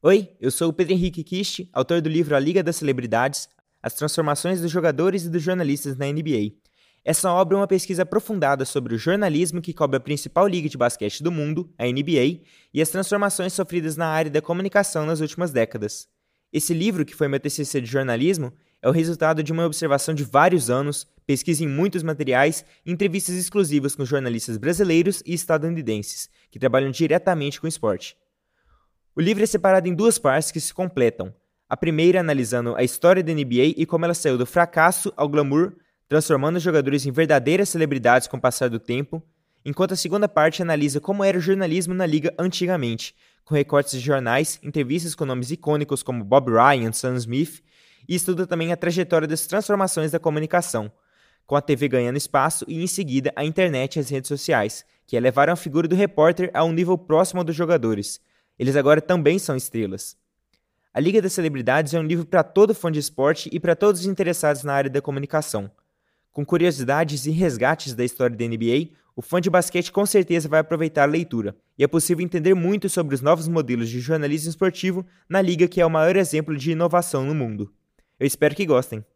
Oi, eu sou o Pedro Henrique Kist, autor do livro A Liga das Celebridades, as transformações dos jogadores e dos jornalistas na NBA. Essa obra é uma pesquisa aprofundada sobre o jornalismo que cobre a principal liga de basquete do mundo, a NBA, e as transformações sofridas na área da comunicação nas últimas décadas. Esse livro, que foi meu TCC de jornalismo, é o resultado de uma observação de vários anos, pesquisa em muitos materiais e entrevistas exclusivas com jornalistas brasileiros e estadunidenses, que trabalham diretamente com o esporte. O livro é separado em duas partes que se completam. A primeira analisando a história da NBA e como ela saiu do fracasso ao glamour, transformando os jogadores em verdadeiras celebridades com o passar do tempo, enquanto a segunda parte analisa como era o jornalismo na liga antigamente, com recortes de jornais, entrevistas com nomes icônicos como Bob Ryan, Sam Smith, e estuda também a trajetória das transformações da comunicação, com a TV ganhando espaço e em seguida a internet e as redes sociais, que elevaram a figura do repórter a um nível próximo ao dos jogadores. Eles agora também são estrelas. A Liga das Celebridades é um livro para todo fã de esporte e para todos os interessados na área da comunicação. Com curiosidades e resgates da história da NBA, o fã de basquete com certeza vai aproveitar a leitura, e é possível entender muito sobre os novos modelos de jornalismo esportivo na liga que é o maior exemplo de inovação no mundo. Eu espero que gostem.